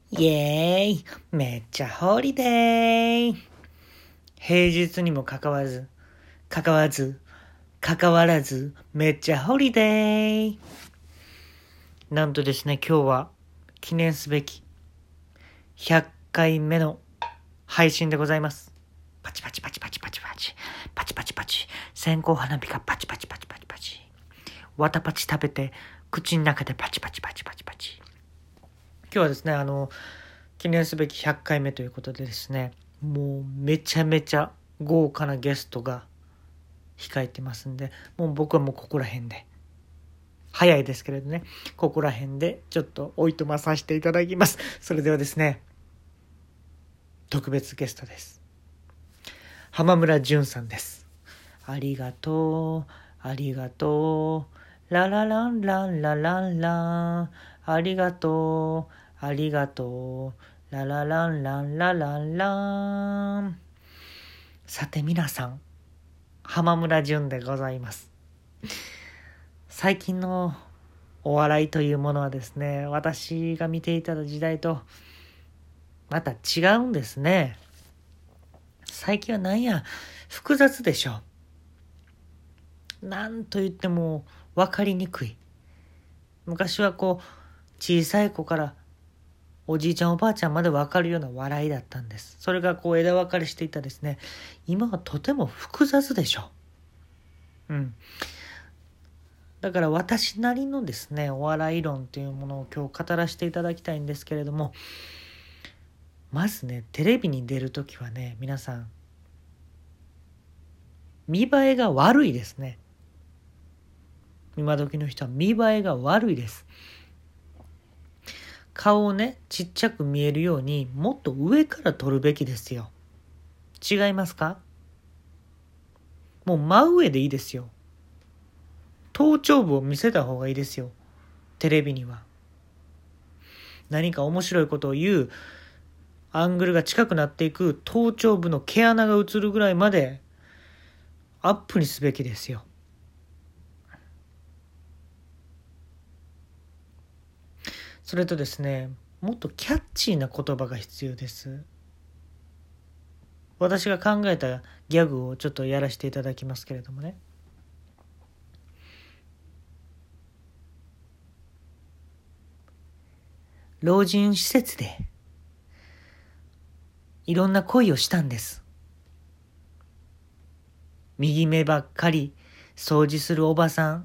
イエーイ、めっちゃホリデー。平日にもかかわらず、めっちゃホリデー。なんとですね、今日は記念すべき100回目の配信でございます。パチパチパチパチパチパチ、パチパチパチ、線香花火がパチパチパチパチパチ、わたパチ食べて口の中でパチパチパチパチパチ。今日はですね、記念すべき100回目ということでですね、もうめちゃめちゃ豪華なゲストが控えてますんで、もう僕はもうここら辺で、早いですけれどね、ここら辺でちょっとおいとまさせていただきます。それではですね、特別ゲストです。浜村淳さんです。ありがとう、ありがとう、ララランランラランラン、ありがとう、ありがとう、ララランランラランラン。さて皆さん、浜村淳でございます。最近のお笑いというものはですね、私が見ていた時代とまた違うんですね。最近はなんや複雑でしょ。なんと言っても分かりにくい。昔はこう小さい子からおじいちゃんおばあちゃんまで分かるような笑いだったんです。それがこう枝分かれしていたですね。今はとても複雑でしょ。だから私なりのですね、お笑い論というものを今日語らせていただきたいんですけれども、まずね、テレビに出るときはね、皆さん見栄えが悪いですね。今時の人は見栄えが悪いです。顔をね、ちっちゃく見えるようにもっと上から撮るべきですよ。違いますか？もう真上でいいですよ。頭頂部を見せた方がいいですよ。テレビには。何か面白いことを言うアングルが近くなっていく頭頂部の毛穴が映るぐらいまでアップにすべきですよ。それとですね、もっとキャッチーな言葉が必要です。私が考えたギャグをちょっとやらせていただきますけれどもね。老人施設でいろんな恋をしたんです。右目ばっかり掃除するおばさん、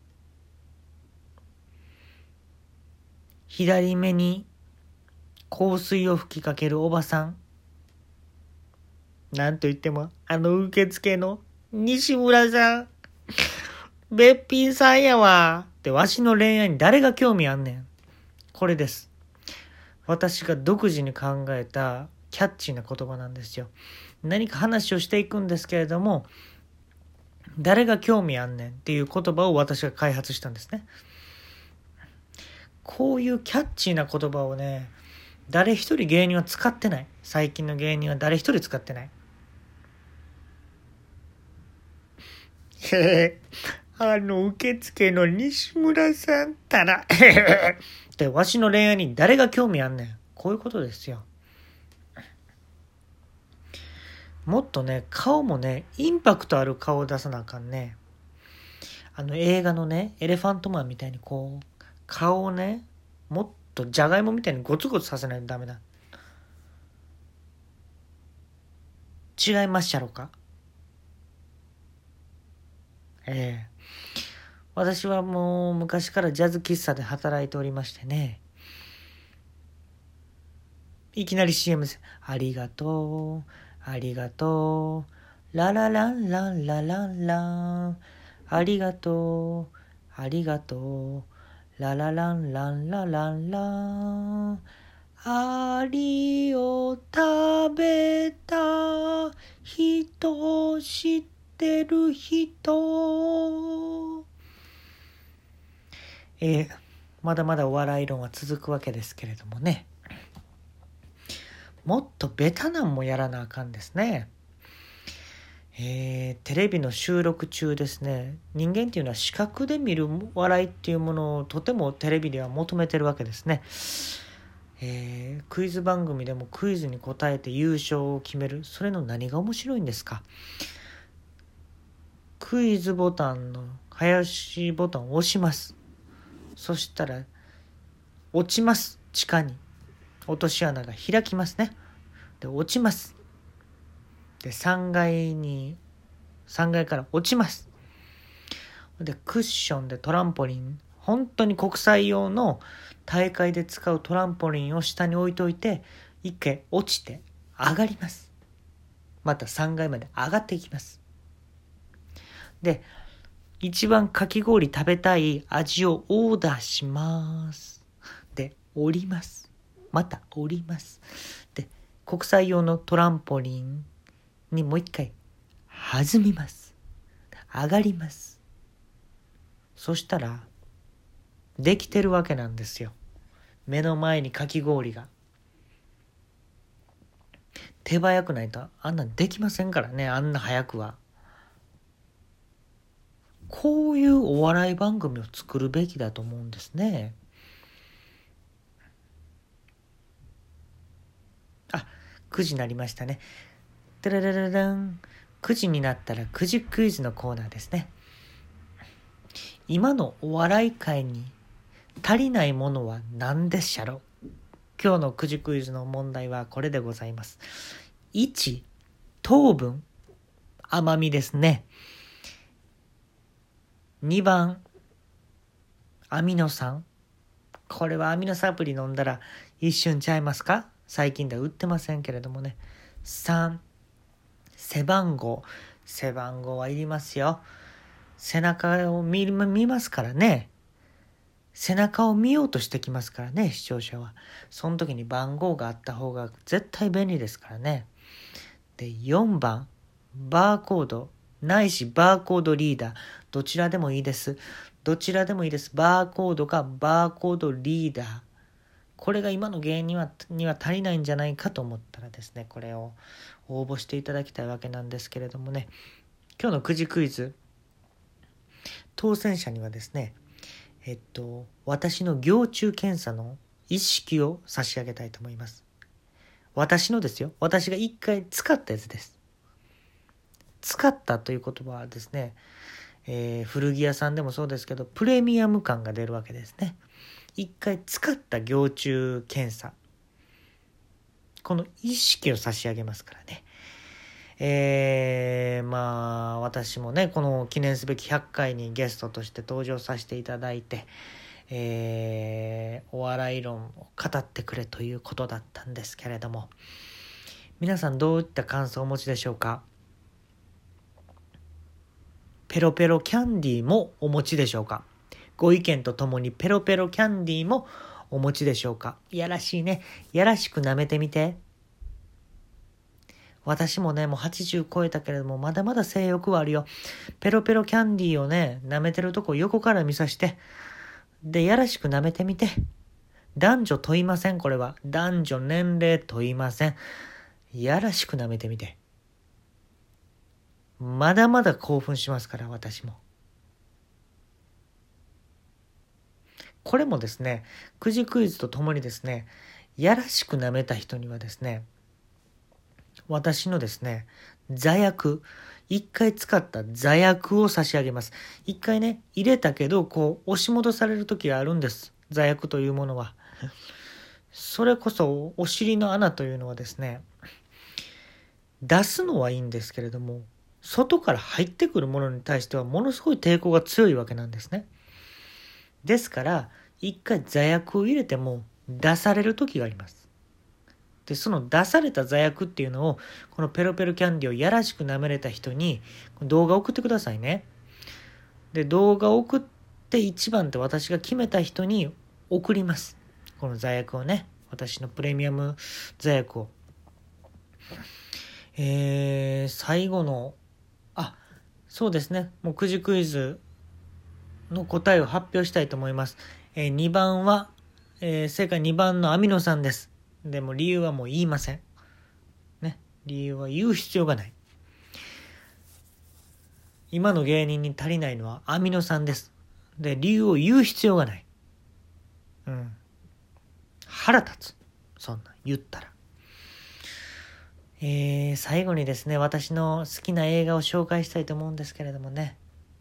左目に香水を吹きかけるおばさん、なんと言っても受付の西村さん、べっぴんさんやわって、わしの恋愛に誰が興味あんねん。これです。私が独自に考えたキャッチーな言葉なんですよ。何か話をしていくんですけれども、誰が興味あんねんっていう言葉を私が開発したんですね。こういうキャッチーな言葉をね、誰一人芸人は使ってない。最近の芸人は誰一人使ってない。受付の西村さんたらで、わしの恋愛に誰が興味あんねん。こういうことですよ。もっとね、顔もね、インパクトある顔を出さなあかんね。映画のね、エレファントマンみたいにこう、顔をね、もっとジャガイモみたいにゴツゴツさせないとダメだ。違いまっしゃろか。私はもう昔からジャズ喫茶で働いておりましてね。いきなり CM です。ありがとう、ありがとう、ララランランラランラン、ありがとう、ありがとう、ララランランラランラン、アリを食べた人知ってる人。まだまだお笑い論は続くわけですけれどもね。もっとベタなんもやらなあかんですね。テレビの収録中ですね、人間っていうのは視覚で見る笑いっていうものをとてもテレビでは求めてるわけですね。 クイズ番組でもクイズに答えて優勝を決める。それの何が面白いんですか？クイズボタンの早押しボタンを押します。そしたら落ちます。地下に落とし穴が開きますね。で落ちます。で3階から落ちます。でクッションでトランポリン、本当に国際用の大会で使うトランポリンを下に置いといて、一回落ちて上がります。また3階まで上がっていきます。で一番かき氷食べたい味をオーダーします。で降ります。また降ります。で国際用のトランポリンにもう一回弾みます。上がります。そしたらできてるわけなんですよ。目の前にかき氷が。手早くないとあんなんできませんからね、あんな早くは。こういうお笑い番組を作るべきだと思うんですね。9時になりましたね。てららららん。9時になったら9時クイズのコーナーですね。今のお笑い界に足りないものは何でしゃろう。今日の9時クイズの問題はこれでございます。1、糖分、甘みですね。2番、アミノ酸。これはアミノサプリ飲んだら一瞬ちゃいますか？最近では売ってませんけれどもね。3、背番号。背番号はいりますよ。背中を見ますからね。背中を見ようとしてきますからね、視聴者は。その時に番号があった方が絶対便利ですからね。で、4番、バーコード、ないしバーコードリーダー。どちらでもいいです。どちらでもいいです。バーコードかバーコードリーダー。これが今の芸人には足りないんじゃないかと思ったらですね、これを応募していただきたいわけなんですけれどもね。今日の9時クイズ、当選者にはですね、私の蟯虫検査の一式を差し上げたいと思います。私のですよ。私が一回使ったやつです。使ったという言葉はですね、古着屋さんでもそうですけど、プレミアム感が出るわけですね。一回使った蟯虫検査。この一式を差し上げますからね。私もね、この記念すべき100回にゲストとして登場させていただいて、お笑い論を語ってくれということだったんですけれども、皆さんどういった感想をお持ちでしょうか？ペロペロキャンディーもお持ちでしょうか？ご意見とともにペロペロキャンディーもお持ちでしょうか？いやらしいね。やらしく舐めてみて。私もね、もう80超えたけれども、まだまだ性欲はあるよ。ペロペロキャンディーをね、舐めてるとこ横から見さして。で、やらしく舐めてみて。男女問いません、これは。男女年齢問いません。やらしく舐めてみて。まだまだ興奮しますから、私も。これもですね、9時クイズとともにですね、やらしく舐めた人にはですね、私のですね、座薬、一回使った座薬を差し上げます。一回ね、入れたけど、こう、押し戻される時があるんです。座薬というものは。それこそ、お尻の穴というのはですね、出すのはいいんですけれども、外から入ってくるものに対しては、ものすごい抵抗が強いわけなんですね。ですから、一回座薬を入れても、出される時があります。でその出された座薬っていうのをこのペロペロキャンディをやらしく舐めれた人に動画送ってくださいね。で動画を送って1番って私が決めた人に送ります。この座薬をね、私のプレミアム座薬を。最後のそうですね、もう9時クイズの答えを発表したいと思います。2番は、正解2番のアミノ酸です。でも理由はもう言いません。ね。理由は言う必要がない。今の芸人に足りないのはアミノ酸です。で、理由を言う必要がない。腹立つ。 そんなん言ったら。最後にですね、私の好きな映画を紹介したいと思うんですけれどもね。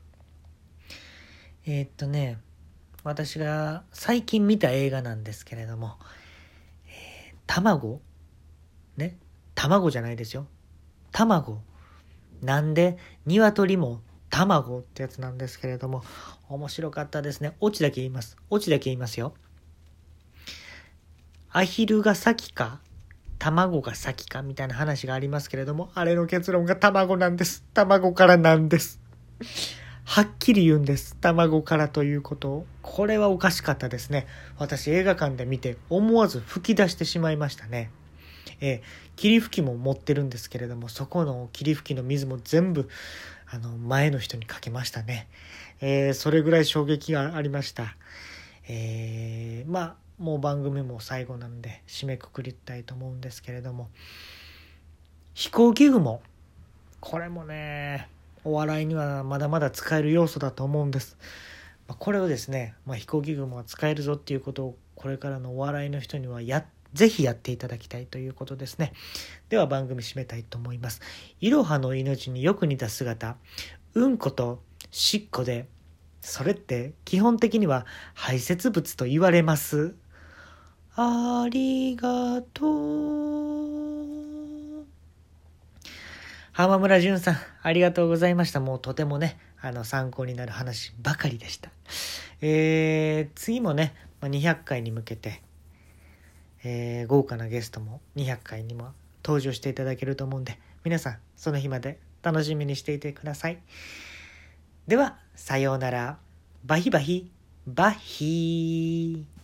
私が最近見た映画なんですけれども、卵ね、卵じゃないですよ。卵。なんで鶏も卵ってやつなんですけれども、面白かったですね。オチだけ言いますよ。アヒルが先か卵が先かみたいな話がありますけれども、あれの結論が卵なんです。卵からなんです。はっきり言うんです。卵からということを。これはおかしかったですね。私映画館で見て思わず吹き出してしまいましたね。霧吹きも持ってるんですけれども、そこの霧吹きの水も全部前の人にかけましたね。それぐらい衝撃がありました。もう番組も最後なんで締めくくりたいと思うんですけれども、飛行機雲、これもねお笑いにはまだまだ使える要素だと思うんです。これをですね、飛行機雲は使えるぞっていうことをこれからのお笑いの人にはぜひやっていただきたいということですね。では番組締めたいと思います。いろはの命によく似た姿、うんことしっこで、それって基本的には排泄物と言われます。ありがとう。浜村淳さん、ありがとうございました。もうとてもね、参考になる話ばかりでした。次もね、200回に向けて、豪華なゲストも200回にも登場していただけると思うんで、皆さんその日まで楽しみにしていてください。では、さようなら。バヒバヒ、バヒー。